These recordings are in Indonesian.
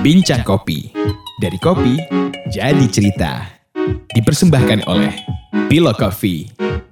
Bincang Kopi. Dari kopi, jadi cerita. Dipersembahkan oleh Bilo Coffee.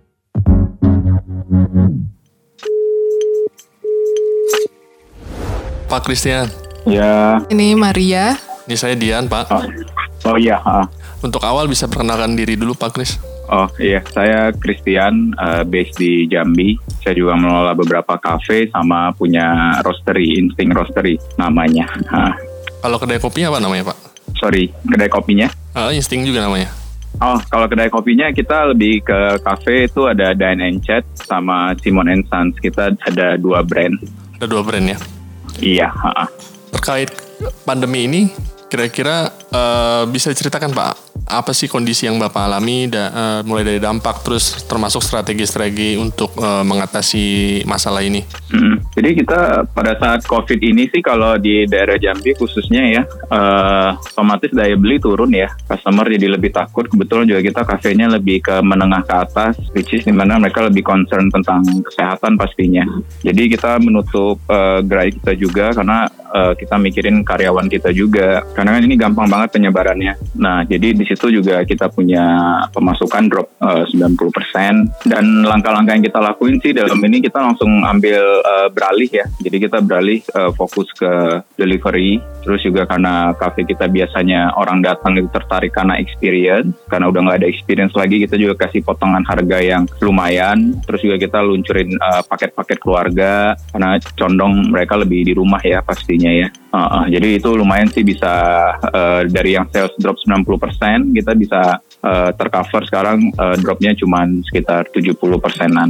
Pak Christian. Ya. Ini Maria. Ini saya Dian, Pak. Oh iya. Untuk awal bisa perkenalkan diri dulu, Pak Chris. Oh iya, saya Christian, based di Jambi. Saya juga mengelola beberapa kafe sama punya roastery, Instinct Roastery namanya. Kalau kedai kopinya apa namanya, Pak? Sorry, kedai kopinya? Instinct juga namanya. Oh, kalau kedai kopinya kita lebih ke kafe itu ada Dine and Chat sama Simon & Sons. Kita ada 2 brand. Ada 2 brand ya? Iya. Terkait pandemi ini, kira-kira bisa ceritakan Pak, apa sih kondisi yang Bapak alami mulai dari dampak terus termasuk strategi-strategi untuk mengatasi masalah ini? Jadi kita pada saat COVID ini sih kalau di daerah Jambi khususnya ya, otomatis daya beli turun ya. Customer jadi lebih takut. Kebetulan juga kita kafenya lebih ke menengah ke atas, which is dimana mereka lebih concern tentang kesehatan pastinya. Jadi kita menutup gerai kita juga karena kita mikirin karyawan kita juga. Karena kan ini gampang banget penyebarannya. Nah, jadi di situ juga kita punya pemasukan drop 90%. Dan langkah-langkah yang kita lakuin sih dalam ini kita langsung ambil beralih ya. Jadi kita beralih fokus ke delivery. Terus juga karena kafe kita biasanya orang datang itu tertarik karena experience. Karena udah nggak ada experience lagi, kita juga kasih potongan harga yang lumayan. Terus juga kita luncurin paket-paket keluarga. Karena condong mereka lebih di rumah ya pastinya ya. Jadi itu lumayan sih bisa dari yang sales drop 90%, kita bisa tercover sekarang dropnya cuma sekitar 70%-an.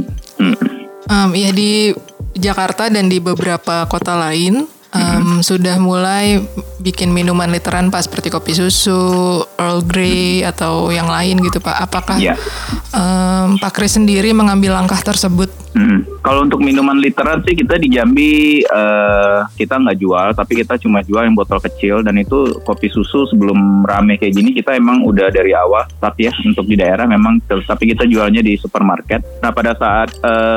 Ya di Jakarta dan di beberapa kota lain sudah mulai bikin minuman literan Pak, seperti kopi susu, Earl Grey atau yang lain gitu Pak. Apakah Pak Chris sendiri mengambil langkah tersebut? Kalau untuk minuman literan sih kita di Jambi kita nggak jual, tapi kita cuma jual yang botol kecil. Dan itu kopi susu sebelum rame kayak gini kita emang udah dari awal tapi ya untuk di daerah memang, tapi kita jualnya di supermarket. Nah pada saat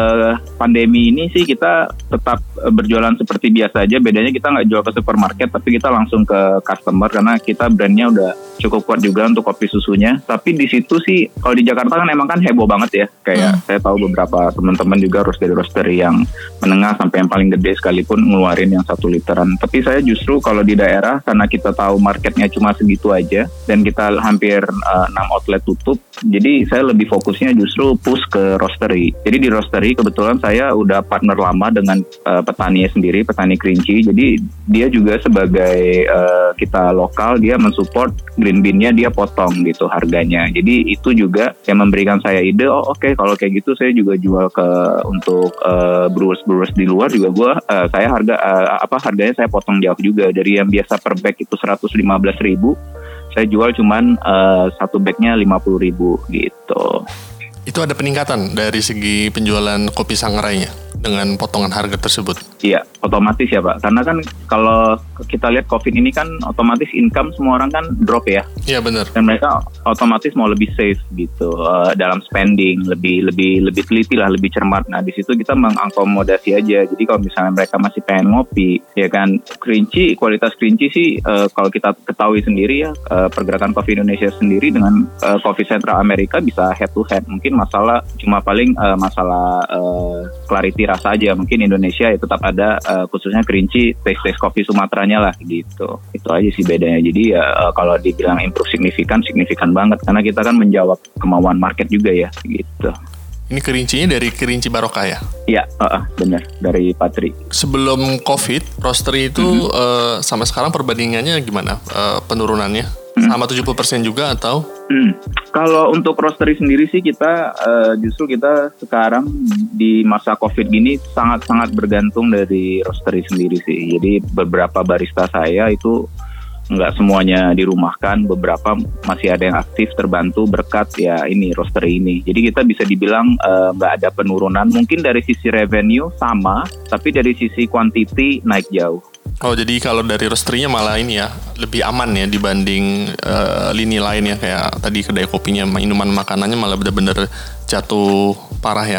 pandemi ini sih kita tetap berjualan seperti biasa aja. Bedanya kita nggak jual ke supermarket tapi kita langsung ke customer karena kita brandnya udah cukup kuat juga untuk kopi susunya. Tapi di situ sih kalau di Jakarta kan emang kan heboh banget ya. Kayak saya tahu beberapa teman-teman juga roastery yang menengah sampai yang paling gede sekalipun ngeluarin yang 1 literan. Tapi saya justru kalau di daerah karena kita tahu marketnya cuma segitu aja dan kita hampir 6 outlet tutup. Jadi saya lebih fokusnya justru push ke roastery. Jadi di roastery kebetulan saya udah partner lama dengan petaninya sendiri, petani kerinci. Jadi dia juga sebagai kita lokal, dia mensupport green bean-nya, dia potong gitu harganya. Jadi itu juga yang memberikan saya ide, oke, kalau kayak gitu saya juga jual ke untuk brewers di luar juga saya harganya saya potong jauh juga. Dari yang biasa per bag itu 115.000, saya jual cuman 1 bagnya 50.000 gitu. Itu ada peningkatan dari segi penjualan kopi Sanggarainya dengan potongan harga tersebut? Iya, otomatis ya Pak. Karena kan kalau kita lihat COVID ini kan otomatis income semua orang kan drop ya. Iya benar. Dan mereka otomatis mau lebih safe gitu dalam spending, lebih teliti lah, lebih cermat. Nah di situ kita mengakomodasi aja. Jadi kalau misalnya mereka masih pengen ngopi, ya kan, kualitas kerinci sih kalau kita ketahui sendiri ya, pergerakan kopi Indonesia sendiri dengan kopi Central Amerika bisa head to head. Mungkin masalah cuma paling masalah clarity rasa aja. Mungkin Indonesia ya tetap ada khususnya kerinci taste kopi Sumateranya lah gitu. Itu aja sih bedanya. Jadi ya kalau dibilang improve signifikan banget karena kita kan menjawab kemauan market juga ya gitu. Ini kerincinya dari Kerinci Barokah ya? Iya, benar, dari Patri. Sebelum COVID, roastery itu sama sekarang perbandingannya gimana penurunannya? Sama 70% juga atau? Kalau untuk roastery sendiri sih kita justru kita sekarang di masa COVID gini sangat-sangat bergantung dari roastery sendiri sih. Jadi beberapa barista saya itu nggak semuanya dirumahkan, beberapa masih ada yang aktif terbantu berkat ya ini roastery ini. Jadi kita bisa dibilang nggak ada penurunan. Mungkin dari sisi revenue sama, tapi dari sisi quantity naik jauh. Oh jadi kalau dari roastery-nya malah ini ya lebih aman ya dibanding lini lain ya, kayak tadi kedai kopinya, minuman makanannya malah benar-benar jatuh parah ya.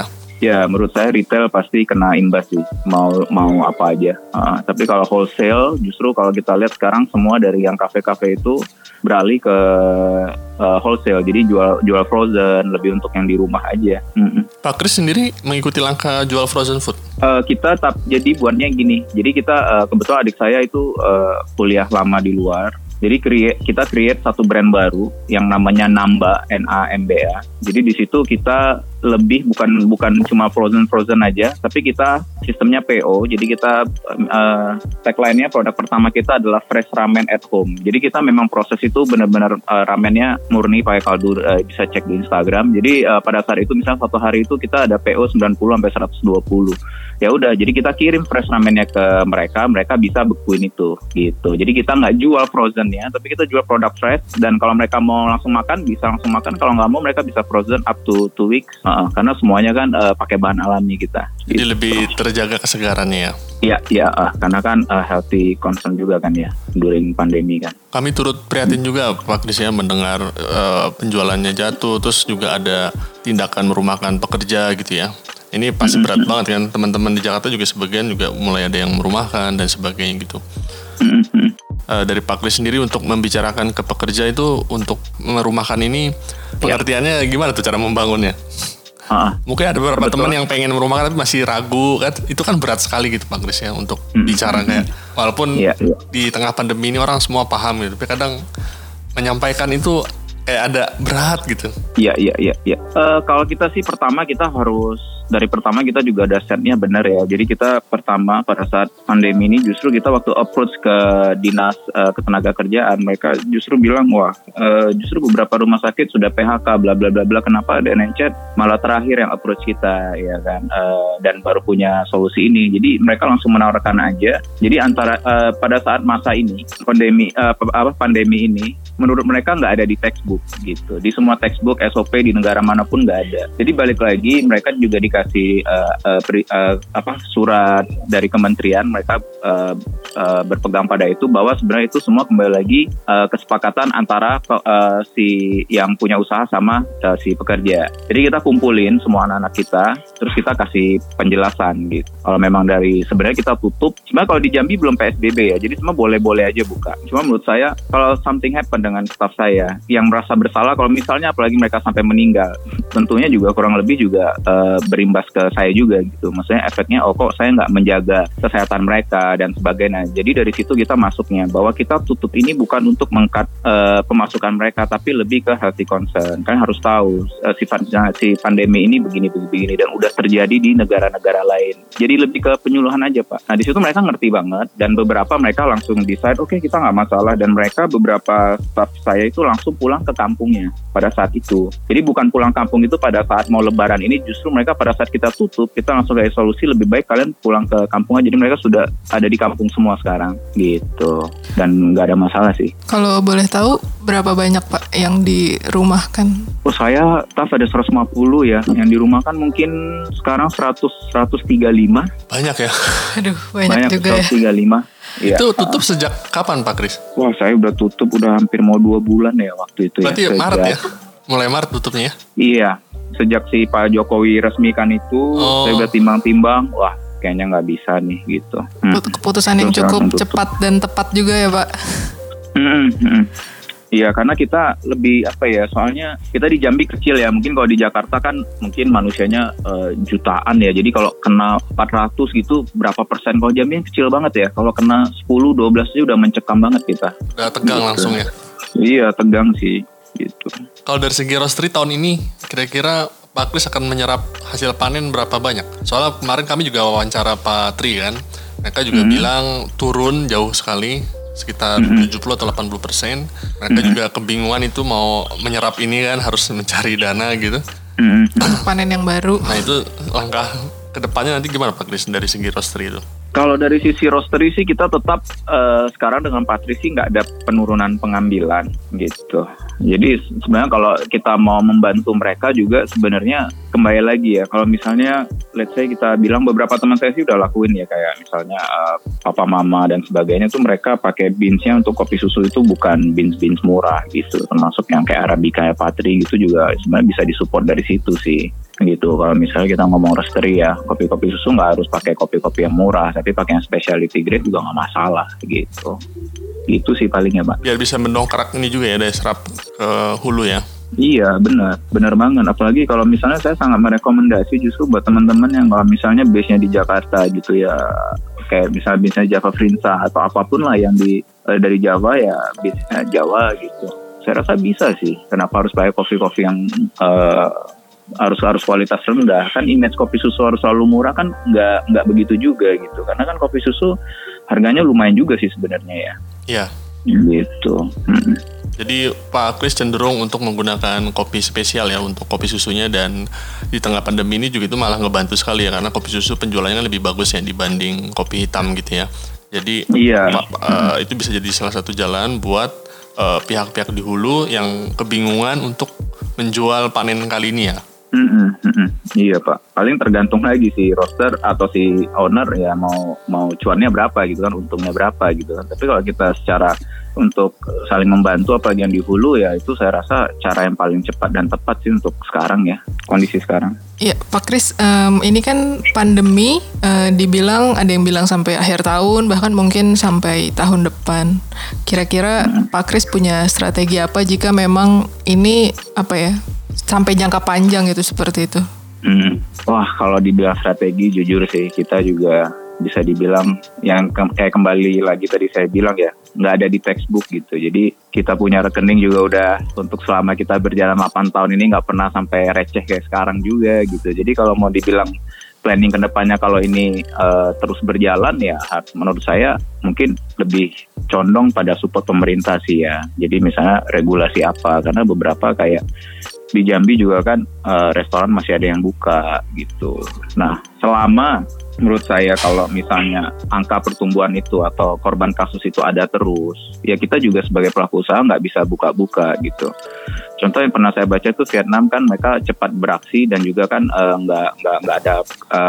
Ya, menurut saya retail pasti kena imbas sih, mau apa aja. Tapi kalau wholesale, justru kalau kita lihat sekarang semua dari yang kafe-kafe itu beralih ke wholesale, jadi jual frozen, lebih untuk yang di rumah aja. Pak Kris sendiri mengikuti langkah jual frozen food? Kita jadi buatnya gini, jadi kita kebetulan adik saya itu kuliah lama di luar. Jadi kita create satu brand baru yang namanya Namba, N-A-M-B-A. Jadi di situ kita lebih bukan cuma frozen aja, tapi kita sistemnya PO. Jadi kita tagline-nya produk pertama kita adalah fresh ramen at home. Jadi kita memang proses itu benar-benar ramennya murni pakai kaldu, bisa cek di Instagram. Jadi pada saat itu misalnya satu hari itu kita ada PO 90 sampai 120. Ya udah, jadi kita kirim fresh ramennya ke mereka bisa bekuin itu gitu. Jadi kita nggak jual frozennya, tapi kita jual produk fresh, dan kalau mereka mau langsung makan bisa langsung makan, kalau nggak mau mereka bisa frozen up to 2 weeks. Karena semuanya kan pakai bahan alami kita. Jadi lebih terjaga kesegarannya ya? Iya, karena kan healthy concern juga kan ya during pandemi kan. Kami turut prihatin juga Pak Kris ya mendengar penjualannya jatuh, terus juga ada tindakan merumahkan pekerja gitu ya. Ini pasti berat banget kan, teman-teman di Jakarta juga sebagian juga mulai ada yang merumahkan dan sebagainya gitu. Dari Pak Kris sendiri untuk membicarakan ke pekerja itu untuk merumahkan ini, pengertiannya gimana tuh cara membangunnya? Mungkin ada beberapa teman yang pengen merumahkan tapi masih ragu kan, itu kan berat sekali gitu Pak Kris ya untuk bicara kayak, walaupun di tengah pandemi ini orang semua paham gitu, tapi kadang menyampaikan itu kayak ada berat gitu. Iya. Kalau kita sih dari pertama kita juga ada setnya benar ya. Jadi kita pertama pada saat pandemi ini justru kita waktu approach ke dinas ketenagakerjaan, mereka justru bilang justru beberapa rumah sakit sudah PHK bla bla bla bla. Kenapa DNChat malah terakhir yang approach kita ya kan, dan baru punya solusi ini. Jadi mereka langsung menawarkan aja. Jadi antara pada saat masa ini pandemi ini, menurut mereka nggak ada di textbook gitu. Di semua textbook SOP di negara manapun nggak ada. Jadi balik lagi mereka juga dikasih surat dari kementerian, mereka berpegang pada itu bahwa sebenarnya itu semua kembali lagi kesepakatan antara si yang punya usaha sama si pekerja. Jadi kita kumpulin semua anak-anak kita, terus kita kasih penjelasan gitu. Kalau memang sebenarnya kita tutup, sebenarnya kalau di Jambi belum PSBB ya, jadi semua boleh-boleh aja buka. Cuma menurut saya kalau something happen dengan staff saya yang merasa bersalah, kalau misalnya apalagi mereka sampai meninggal, tentunya juga kurang lebih juga berimbas ke saya juga gitu. Maksudnya efeknya kok saya nggak menjaga kesehatan mereka dan sebagainya. Jadi dari situ kita masuknya bahwa kita tutup ini bukan untuk meng-cut pemasukan mereka, tapi lebih ke healthy concern. Kan harus tahu si pandemi ini begini dan udah terjadi di negara-negara lain. Jadi lebih ke penyuluhan aja Pak. Nah di situ mereka ngerti banget, dan beberapa mereka langsung decide oke, kita nggak masalah, dan mereka beberapa staff saya itu langsung pulang ke kampungnya pada saat itu. Jadi bukan pulang kampung itu pada saat mau lebaran ini, justru mereka pada saat kita tutup, kita langsung dari solusi lebih baik kalian pulang ke kampung aja. Jadi mereka sudah ada di kampung semua sekarang gitu, dan nggak ada masalah sih. Kalau boleh tahu berapa banyak Pak yang dirumahkan? Saya staff ada 150 ya, yang dirumahkan mungkin sekarang 135. Banyak ya? Aduh, banyak juga 135. Ya. Itu tutup sejak kapan Pak Kris? Wah, saya udah tutup udah hampir mau 2 bulan ya waktu itu. Berarti ya Maret ya? Mulai Maret tutupnya ya? Iya, sejak si Pak Jokowi resmikan itu, saya udah timbang-timbang, wah kayaknya nggak bisa nih gitu. Keputusan yang cukup cepat dan tepat juga ya Pak. Iya, karena kita lebih soalnya kita di Jambi kecil ya, mungkin kalau di Jakarta kan mungkin manusianya jutaan ya, jadi kalau kena 400 gitu berapa persen, kalau Jambi yang kecil banget ya, kalau kena 10-12 sih udah mencekam banget kita. Udah tegang gitu. Langsung ya? Iya, tegang sih gitu. Kalau dari segi roastery tahun ini, kira-kira Pak Kris akan menyerap hasil panen berapa banyak? Soalnya kemarin kami juga wawancara Pak Tri kan, mereka juga bilang turun jauh sekali, sekitar 70 atau 80%. Mereka juga kebingungan itu mau menyerap ini kan, harus mencari dana gitu. Panen yang baru. Nah itu langkah kedepannya nanti gimana Pak Kris dari segi roastery itu? Kalau dari sisi roastery sih kita tetap sekarang dengan Patri sih nggak ada penurunan pengambilan gitu. Jadi sebenarnya kalau kita mau membantu mereka juga sebenarnya kembali lagi ya. Kalau misalnya let's say kita bilang beberapa teman saya sih udah lakuin ya, kayak misalnya papa mama dan sebagainya tuh mereka pakai beansnya untuk kopi susu itu bukan beans murah gitu. Termasuk yang kayak Arabica ya Patri gitu juga sebenarnya bisa disupport dari situ sih. gitu. Kalau misalnya kita ngomong roastery ya, kopi-kopi susu nggak harus pakai kopi-kopi yang murah, tapi pakai yang specialty grade juga nggak masalah gitu. Itu sih palingnya, Pak. Biar bisa mendongkrak ini juga ya, daya serap ke hulu ya. Iya, benar banget. Apalagi kalau misalnya saya sangat merekomendasi justru buat teman-teman yang kalau misalnya base-nya di Jakarta gitu ya, kayak misalnya Java Frinsa atau apapun lah yang dari Java ya, base-nya Jawa gitu. Saya rasa bisa sih. Kenapa harus pakai kopi-kopi yang harus kualitas rendah? Kan image kopi susu harus selalu murah kan nggak begitu juga gitu. Karena kan kopi susu harganya lumayan juga sih sebenarnya ya. Iya. Gitu. Jadi Pak Kris cenderung untuk menggunakan kopi spesial ya untuk kopi susunya, dan di tengah pandemi ini juga itu malah ngebantu sekali ya, karena kopi susu penjualannya lebih bagus ya dibanding kopi hitam gitu ya. Jadi itu bisa jadi salah satu jalan buat pihak-pihak di hulu yang kebingungan untuk menjual panen kali ini ya. Iya Pak, paling tergantung lagi si roaster atau si owner ya mau cuannya berapa gitu kan, untungnya berapa gitu kan. Tapi kalau kita secara untuk saling membantu apalagi yang di hulu ya, itu saya rasa cara yang paling cepat dan tepat sih untuk sekarang ya, kondisi sekarang. Iya Pak Kris, ini kan pandemi dibilang ada yang bilang sampai akhir tahun, bahkan mungkin sampai tahun depan. Kira-kira Pak Kris punya strategi apa jika memang ini sampai jangka panjang itu seperti itu? Wah, kalau dibilang strategi jujur sih kita juga bisa dibilang yang kayak kembali lagi tadi saya bilang ya, nggak ada di textbook gitu. Jadi kita punya rekening juga udah untuk selama kita berjalan 8 tahun ini nggak pernah sampai receh kayak sekarang juga gitu. Jadi kalau mau dibilang planning kedepannya kalau ini terus berjalan ya, menurut saya mungkin lebih condong pada support pemerintah sih ya. Jadi misalnya regulasi apa, karena beberapa kayak di Jambi juga kan restoran masih ada yang buka gitu. Nah, selama menurut saya kalau misalnya angka pertumbuhan itu atau korban kasus itu ada terus, ya kita juga sebagai pelaku usaha nggak bisa buka-buka gitu. Contoh yang pernah saya baca itu Vietnam kan mereka cepat beraksi dan juga kan nggak ada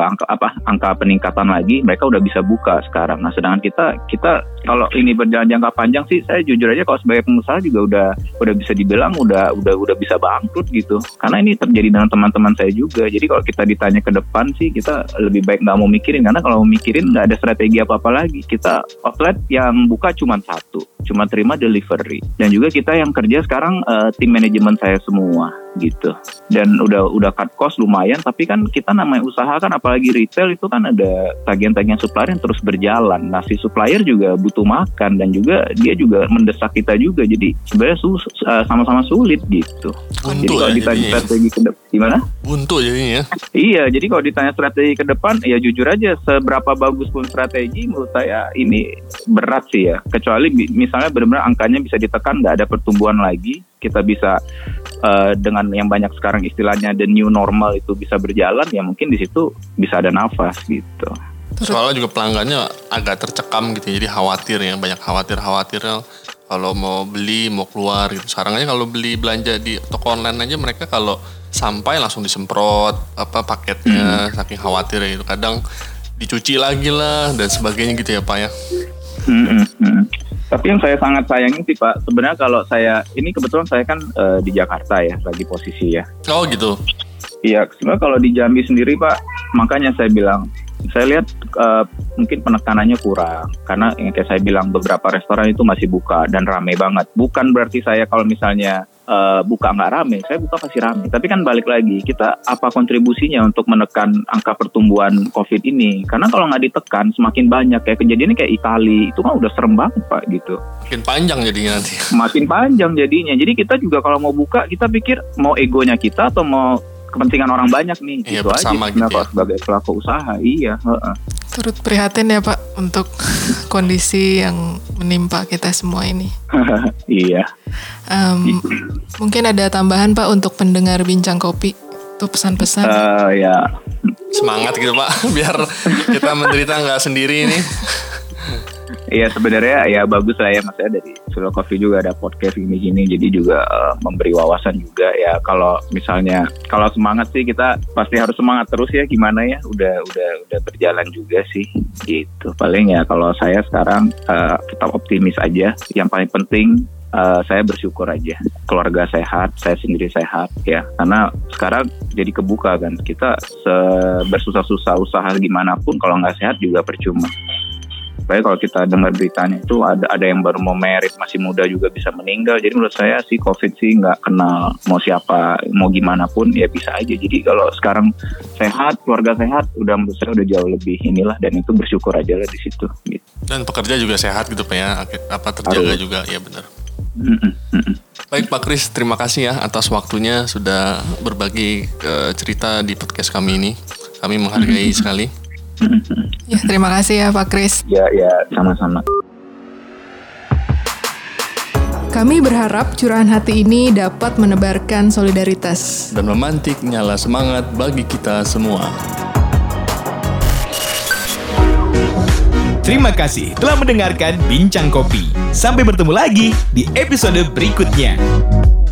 angka peningkatan lagi, mereka udah bisa buka sekarang. Nah, sedangkan kita kalau ini berjalan jangka panjang sih, saya jujur aja kalau sebagai pengusaha juga udah bisa dibilang udah bisa bangkrut gitu. Karena ini terjadi dengan teman-teman saya juga. Jadi kalau kita ditanya ke depan sih, kita lebih baik nggak mau mikirin, karena kalau mau mikirin nggak ada strategi apa-apa lagi. Kita outlet yang buka cuma satu, cuma terima delivery, dan juga kita yang kerja sekarang tim manajemen saya semua gitu, dan udah cut cost lumayan. Tapi kan kita namanya usaha kan, apalagi retail itu kan ada tagihan-tagihan supplier yang terus berjalan. Nah, si supplier juga butuh makan dan juga dia juga mendesak kita juga. Jadi sebenarnya sama-sama sulit gitu. Buntu jadi kalau ya, ditanya jadinya. strategi ke depan gimana? Buntu jadinya. Iya, jadi kalau ditanya strategi ke depan, ya jujur aja seberapa bagus pun strategi, menurut saya ini berat sih ya. Kecuali misalnya benar-benar angkanya bisa ditekan, nggak ada pertumbuhan lagi, kita bisa dengan yang banyak sekarang istilahnya the new normal itu bisa berjalan, ya mungkin di situ bisa ada nafas gitu. Soalnya juga pelanggannya agak tercekam gitu, jadi khawatir ya, banyak khawatir kalau mau beli, mau keluar gitu. Sekarang aja kalau beli belanja di toko online aja, mereka kalau sampai langsung disemprot paketnya, saking khawatir ya gitu. Kadang dicuci lagi lah dan sebagainya gitu ya Pak ya. Tapi yang saya sangat sayangin sih Pak, sebenarnya kalau saya ini kebetulan saya kan di Jakarta ya, lagi posisi ya. Oh gitu. Iya, sebenarnya kalau di Jambi sendiri Pak, makanya saya bilang, saya lihat mungkin penekanannya kurang, karena yang kayak saya bilang beberapa restoran itu masih buka dan rame banget. Bukan berarti saya kalau misalnya buka nggak rame, saya buka pasti rame. Tapi kan balik lagi, kita apa kontribusinya untuk menekan angka pertumbuhan COVID ini? Karena kalau nggak ditekan, semakin banyak kayak kejadiannya kayak Itali, itu kan udah serem banget Pak gitu. Makin panjang jadinya nanti. Makin panjang jadinya. Jadi kita juga kalau mau buka, kita pikir mau egonya kita atau mau kepentingan orang banyak nih. Iya, gitu bersama aja. gitu ya. Sebagai pelaku usaha, iya. Turut prihatin ya Pak untuk kondisi yang menimpa kita semua ini. Iya. Mungkin ada tambahan Pak untuk pendengar Bincang Kopi, itu pesan-pesan. Ya. Semangat gitu Pak, biar kita menderita nggak sendiri ini. Iya, sebenarnya ya bagus lah ya, maksudnya dari Solo Coffee juga ada podcast gini-gini, jadi juga memberi wawasan juga ya. Kalau misalnya kalau semangat sih kita pasti harus semangat terus ya, gimana ya, udah berjalan juga sih gitu. Paling ya kalau saya sekarang tetap optimis aja. Yang paling penting saya bersyukur aja keluarga sehat, saya sendiri sehat ya, karena sekarang jadi kebuka kan, kita bersusah-susah usaha gimana pun kalau nggak sehat juga percuma. Baik kalau kita dengar beritanya itu ada yang baru mau merit masih muda juga bisa meninggal. Jadi menurut saya sih COVID sih nggak kenal mau siapa, mau gimana pun ya bisa aja. Jadi kalau sekarang sehat, keluarga sehat, udah menurut saya udah jauh lebih inilah, dan itu bersyukur aja lah di situ. Gitu. Dan pekerja juga sehat gitu Pak ya, terjaga juga, ya benar. Baik Pak Kris, terima kasih ya atas waktunya sudah berbagi cerita di podcast kami ini. Kami menghargai sekali. Ya, terima kasih ya Pak Kris. Ya, sama-sama. Kami berharap curahan hati ini dapat menebarkan solidaritas dan memantik nyala semangat bagi kita semua. Terima kasih telah mendengarkan Bincang Kopi. Sampai bertemu lagi di episode berikutnya.